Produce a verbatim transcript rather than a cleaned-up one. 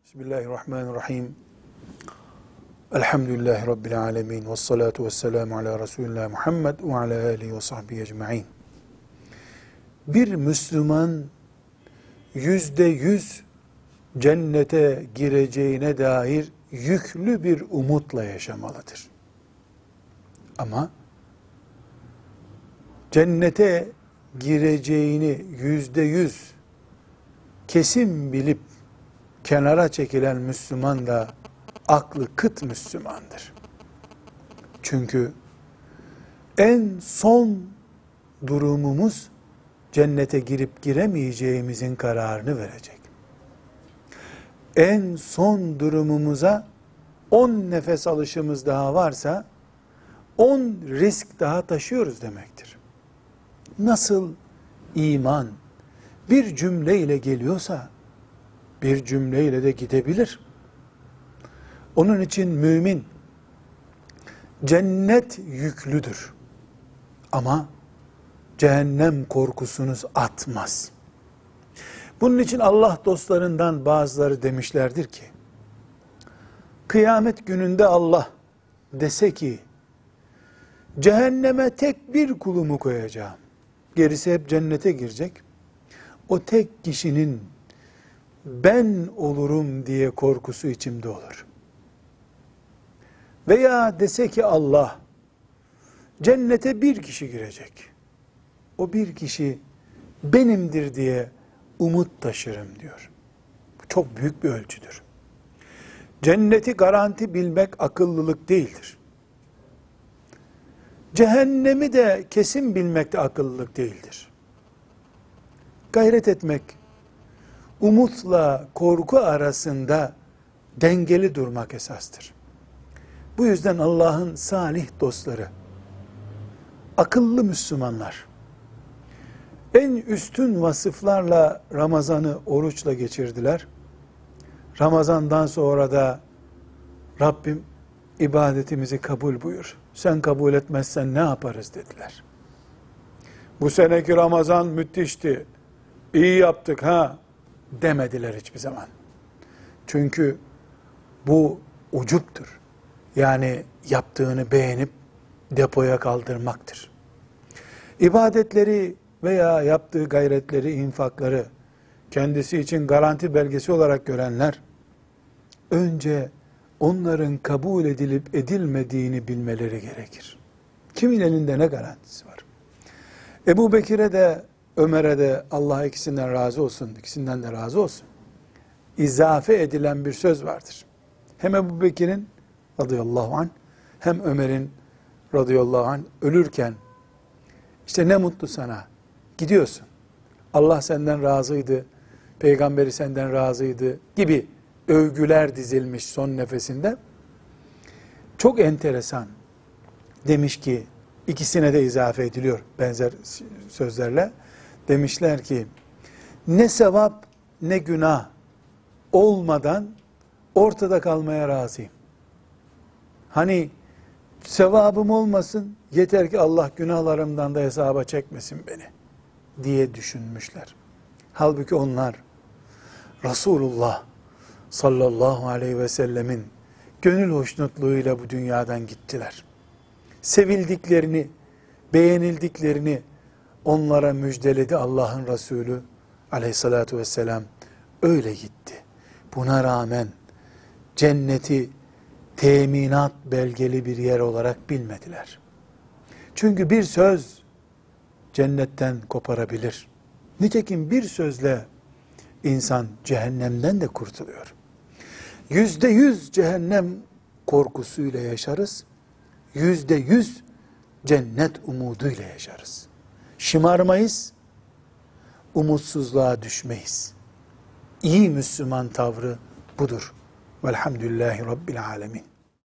Bismillahirrahmanirrahim. Elhamdülillahi Rabbil alemin. Vessalatu vesselamu ala Resulullah Muhammed ve ala alihi ve sahbihi ecma'in. Bir Müslüman yüzde yüz cennete gireceğine dair yüklü bir umutla yaşamalıdır. Ama cennete gireceğini yüzde yüz kesin bilip kenara çekilen Müslüman da aklı kıt Müslümandır. Çünkü en son durumumuz cennete girip giremeyeceğimizin kararını verecek. En son durumumuza on nefes alışımız daha varsa on risk daha taşıyoruz demektir. Nasıl iman bir cümleyle geliyorsa bir cümleyle de gidebilir. Onun için mümin cennet yüklüdür. Ama cehennem korkusunuz atmaz. Bunun için Allah dostlarından bazıları demişlerdir ki, kıyamet gününde Allah dese ki, cehenneme tek bir kulumu koyacağım, gerisi hep cennete girecek, o tek kişinin ben olurum diye korkusu içimde olur. Veya dese ki Allah, cennete bir kişi girecek, o bir kişi benimdir diye umut taşırım diyor. Bu çok büyük bir ölçüdür. Cenneti garanti bilmek akıllılık değildir. Cehennemi de kesin bilmek de akıllılık değildir. Gayret etmek, umutla korku arasında dengeli durmak esastır. Bu yüzden Allah'ın salih dostları, akıllı Müslümanlar, en üstün vasıflarla Ramazan'ı oruçla geçirdiler. Ramazan'dan sonra da Rabbim ibadetimizi kabul buyur. Sen kabul etmezsen ne yaparız dediler. Bu seneki Ramazan müthişti. İyi yaptık ha demediler hiçbir zaman. Çünkü bu ucuptur. Yani yaptığını beğenip depoya kaldırmaktır. İbadetleri veya yaptığı gayretleri, infakları kendisi için garanti belgesi olarak görenler, önce onların kabul edilip edilmediğini bilmeleri gerekir. Kimin elinde ne garantisi var? Ebu Bekir'e de Ömer'e de Allah ikisinden razı olsun, ikisinden de razı olsun, izafe edilen bir söz vardır. Hem Ebu Bekir'in radıyallahu anh, hem Ömer'in radıyallahu anh ölürken, işte ne mutlu sana, gidiyorsun, Allah senden razıydı, peygamberi senden razıydı gibi övgüler dizilmiş son nefesinde. Çok enteresan, demiş ki, ikisine de izafe ediliyor benzer sözlerle. Demişler ki, ne sevap ne günah olmadan ortada kalmaya razıyım. Hani sevabım olmasın, yeter ki Allah günahlarımdan da hesaba çekmesin beni diye düşünmüşler. Halbuki onlar Resulullah sallallahu aleyhi ve sellemin gönül hoşnutluğuyla bu dünyadan gittiler. Sevildiklerini, beğenildiklerini onlara müjdeledi Allah'ın Resulü aleyhissalatu vesselam. Öyle gitti. Buna rağmen cenneti teminat belgeli bir yer olarak bilmediler. Çünkü bir söz cennetten koparabilir. Nitekim bir sözle insan cehennemden de kurtuluyor. Yüzde yüz cehennem korkusuyla yaşarız. Yüzde yüz cennet umuduyla yaşarız. Şımarmayız, umutsuzluğa düşmeyiz. İyi Müslüman tavrı budur. Velhamdülillahi Rabbil alemin.